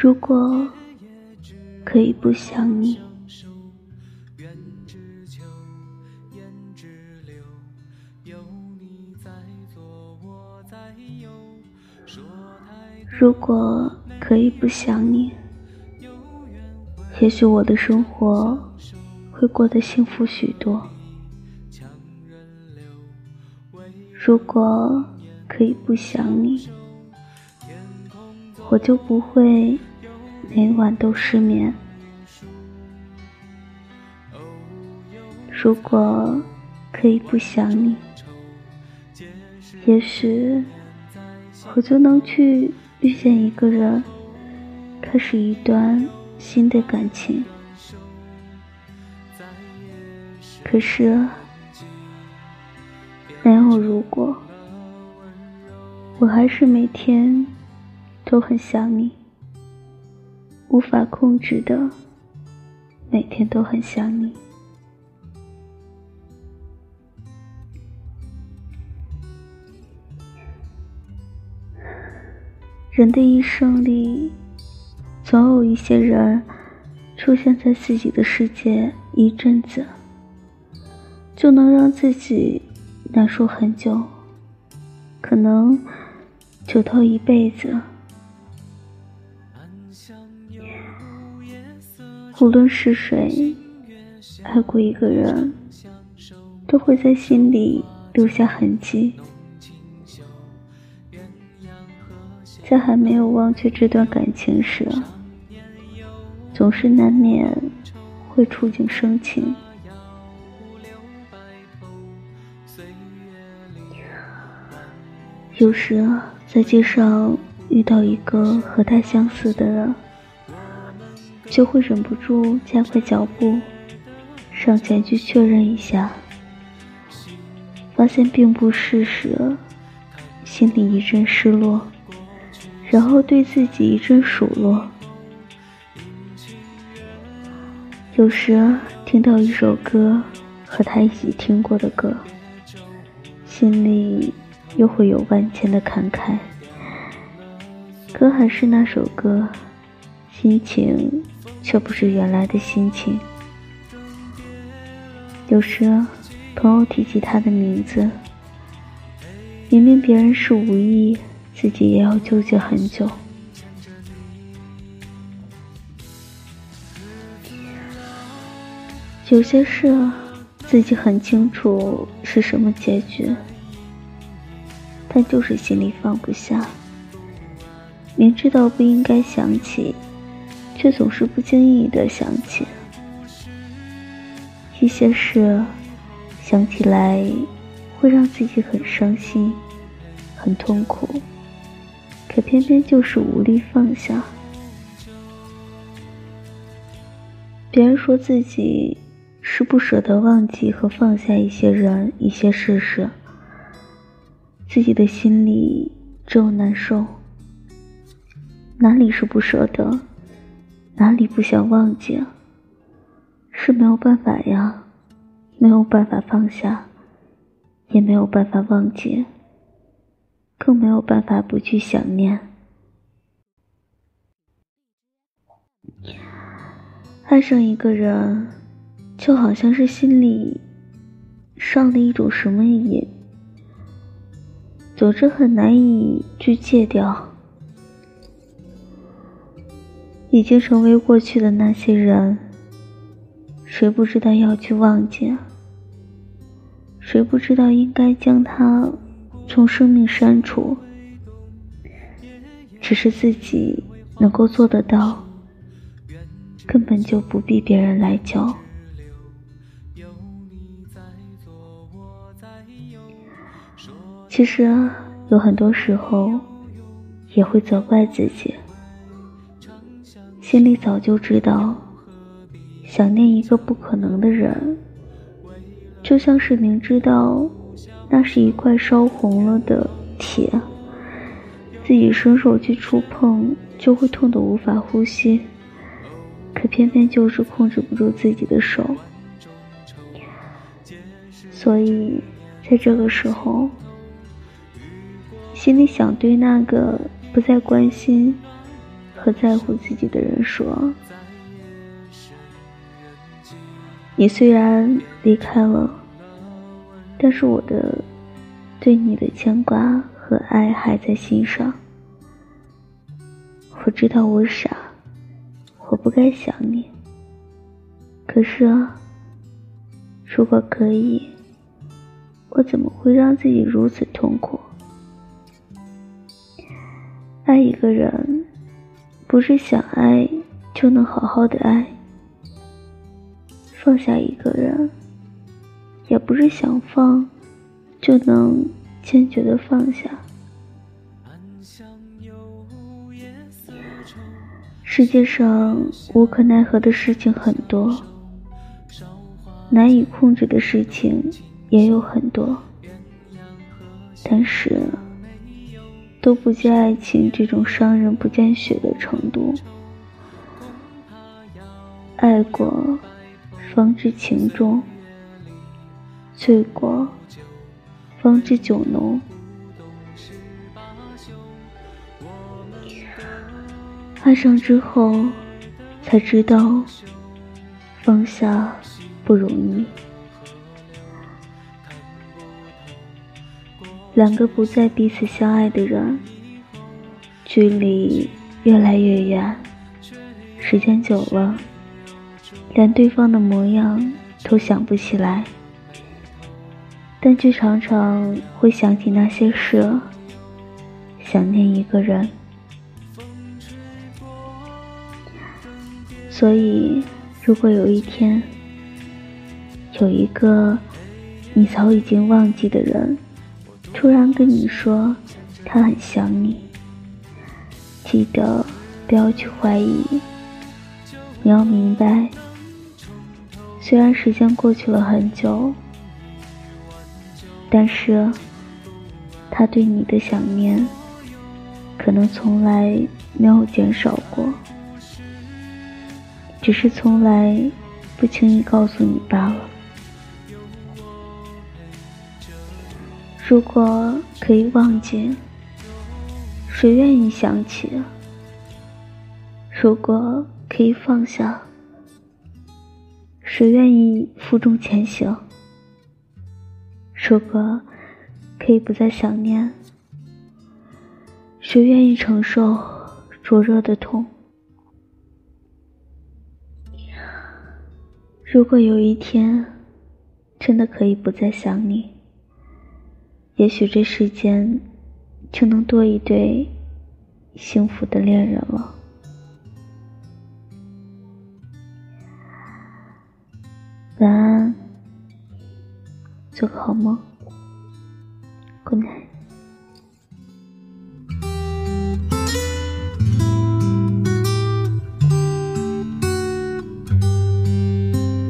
如果可以不想你，如果可以不想你，也许我的生活会过得幸福许多。如果可以不想你，我就不会每晚都失眠。如果可以不想你，也许我就能去遇见一个人，开始一段新的感情。可是没有如果，我还是每天都很想你，无法控制的每天都很想你。人的一生里，总有一些人出现在自己的世界一阵子，就能让自己难受很久，可能久到一辈子。无论是谁爱过一个人，都会在心里留下痕迹。在还没有忘却这段感情时，总是难免会触景生情。有时在街上遇到一个和他相似的人，就会忍不住加快脚步上前去确认一下，发现并不是时，心里一阵失落，然后对自己一阵数落。有时听到一首歌，和他一起听过的歌，心里又会有万千的感慨。歌还是那首歌，心情却不是原来的心情。有时朋友提起他的名字，明明别人是无意，自己也要纠结很久。有些事自己很清楚是什么结局，但就是心里放不下。明知道不应该想起，却总是不经意地想起。一些事想起来会让自己很伤心，很痛苦，可偏偏就是无力放下。别人说自己是不舍得忘记和放下一些人一些事时，自己的心里只有难受。哪里是不舍得，哪里不想忘记，是没有办法呀，没有办法放下，也没有办法忘记，更没有办法不去想念。爱上一个人，就好像是心里上了一种什么瘾，总之很难以去戒掉。已经成为过去的那些人，谁不知道要去忘记，谁不知道应该将它从生命删除，只是自己能够做得到，根本就不必别人来教。其实有很多时候也会责怪自己，心里早就知道想念一个不可能的人，就像是明知道那是一块烧红了的铁，自己伸手去触碰就会痛得无法呼吸，可偏偏就是控制不住自己的手。所以在这个时候，心里想对那个不再关心和在乎自己的人说，你虽然离开了，但是我对你的牵挂和爱还在心上。我知道我傻，我不该想你，可是如果可以，我怎么会让自己如此痛苦？爱一个人，不是想爱就能好好的爱；放下一个人，也不是想放就能坚决的放下。世界上无可奈何的事情很多，难以控制的事情也有很多，但是都不及爱情这种伤人不见血的程度。爱过方知情重，醉过方知酒浓。爱上之后才知道放下不容易。两个不再彼此相爱的人，距离越来越远，时间久了，连对方的模样都想不起来，但却常常会想起那些事，想念一个人。所以如果有一天，有一个你早已经忘记的人突然跟你说他很想你，记得不要去怀疑，你要明白，虽然时间过去了很久，但是他对你的想念可能从来没有减少过，只是从来不轻易告诉你罢了。如果可以忘记，谁愿意想起？如果可以放下，谁愿意负重前行？如果可以不再想念，谁愿意承受灼热的痛？如果有一天真的可以不再想你，也许这世间就能多一对幸福的恋人了。晚安，做个好梦。Good night。